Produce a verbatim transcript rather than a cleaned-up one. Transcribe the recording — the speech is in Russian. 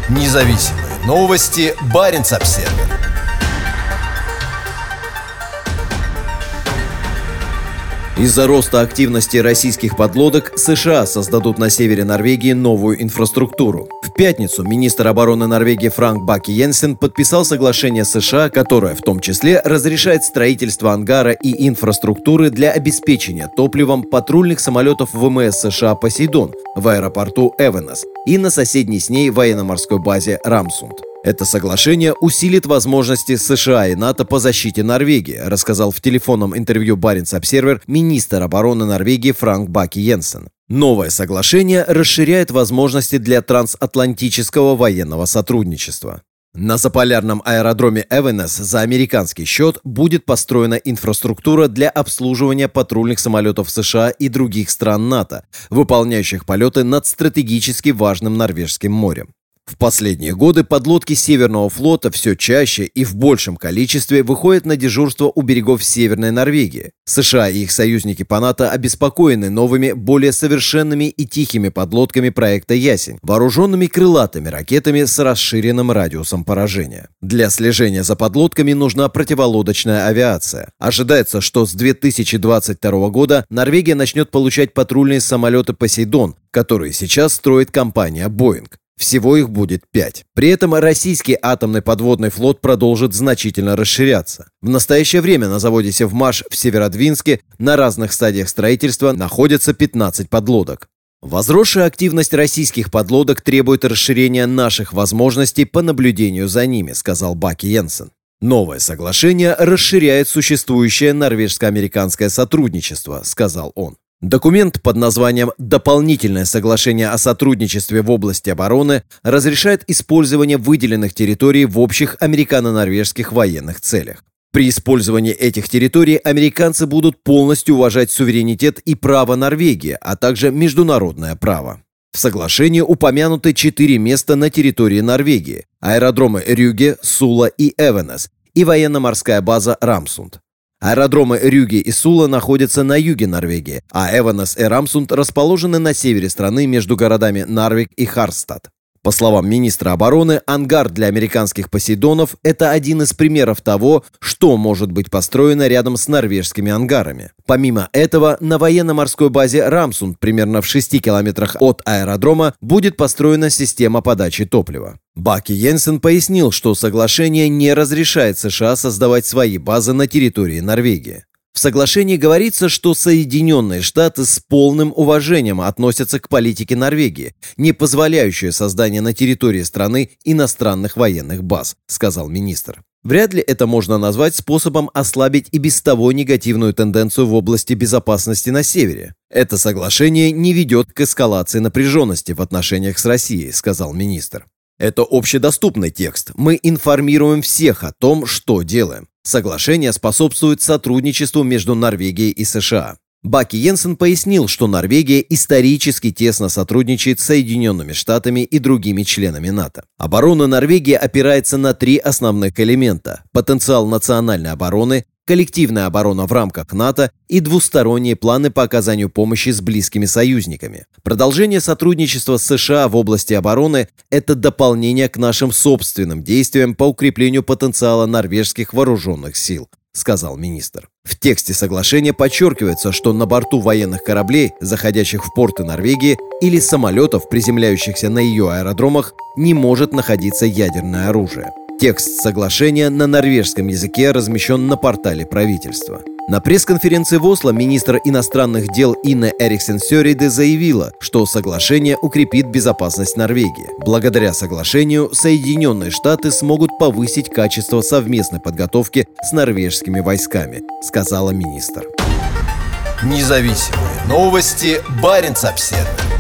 Независимые новости. Баренц-Обсервер. Из-за роста активности российских подлодок США создадут на севере Норвегии новую инфраструктуру. В пятницу министр обороны Норвегии Франк Баки-Йенсен подписал соглашение США, которое в том числе разрешает строительство ангара и инфраструктуры для обеспечения топливом патрульных самолетов ВМС США «Посейдон» в аэропорту Эвенес и на соседней с ней военно-морской базе Рамсунд. Это соглашение усилит возможности США и НАТО по защите Норвегии, рассказал в телефонном интервью Баренц-Обсервер министр обороны Норвегии Франк Баки-Йенсен. Новое соглашение расширяет возможности для трансатлантического военного сотрудничества. На заполярном аэродроме Эвенес за американский счет будет построена инфраструктура для обслуживания патрульных самолетов США и других стран НАТО, выполняющих полеты над стратегически важным Норвежским морем. В последние годы подлодки Северного флота все чаще и в большем количестве выходят на дежурство у берегов Северной Норвегии. США и их союзники по НАТО обеспокоены новыми, более совершенными и тихими подлодками проекта «Ясень», вооруженными крылатыми ракетами с расширенным радиусом поражения. Для слежения за подлодками нужна противолодочная авиация. Ожидается, что с две тысячи двадцать второго года Норвегия начнет получать патрульные самолеты «Посейдон», которые сейчас строит компания «Боинг». Всего их будет пять. При этом российский атомный подводный флот продолжит значительно расширяться. В настоящее время на заводе «Севмаш» в Северодвинске на разных стадиях строительства находятся пятнадцать подлодок. Возросшая активность российских подлодок требует расширения наших возможностей по наблюдению за ними, сказал Баки-Йенсен. Новое соглашение расширяет существующее норвежско-американское сотрудничество, сказал он. Документ под названием «Дополнительное соглашение о сотрудничестве в области обороны» разрешает использование выделенных территорий в общих американо-норвежских военных целях. При использовании этих территорий американцы будут полностью уважать суверенитет и право Норвегии, а также международное право. В соглашении упомянуты четыре места на территории Норвегии – аэродромы Рюге, Сула и Эвенес и военно-морская база Рамсунд. Аэродромы Рюге и Сула находятся на юге Норвегии, а Эвенес и Рамсунд расположены на севере страны между городами Нарвик и Харстад. По словам министра обороны, ангар для американских «Посейдонов» – это один из примеров того, что может быть построено рядом с норвежскими ангарами. Помимо этого, на военно-морской базе Рамсунд, примерно в шести километрах от аэродрома, будет построена система подачи топлива. Баки-Йенсен пояснил, что соглашение не разрешает США создавать свои базы на территории Норвегии. В соглашении говорится, что Соединенные Штаты с полным уважением относятся к политике Норвегии, не позволяющей создание на территории страны иностранных военных баз, сказал министр. Вряд ли это можно назвать способом ослабить и без того негативную тенденцию в области безопасности на севере. Это соглашение не ведет к эскалации напряженности в отношениях с Россией, сказал министр. Это общедоступный текст. Мы информируем всех о том, что делаем. Соглашение способствует сотрудничеству между Норвегией и США. Баки-Йенсен пояснил, что Норвегия исторически тесно сотрудничает с Соединенными Штатами и другими членами НАТО. Оборона Норвегии опирается на три основных элемента – потенциал национальной обороны, коллективная оборона в рамках НАТО и двусторонние планы по оказанию помощи с близкими союзниками. Продолжение сотрудничества с США в области обороны – это дополнение к нашим собственным действиям по укреплению потенциала норвежских вооруженных сил, сказал министр. В тексте соглашения подчеркивается, что на борту военных кораблей, заходящих в порты Норвегии, или самолетов, приземляющихся на ее аэродромах, не может находиться ядерное оружие. Текст соглашения на норвежском языке размещен на портале правительства. На пресс-конференции в Осло министр иностранных дел Инна Эриксен Сёриде заявила, что соглашение укрепит безопасность Норвегии. Благодаря соглашению Соединенные Штаты смогут повысить качество совместной подготовки с норвежскими войсками, сказала министр. Независимые новости. Баренц-Обсервер.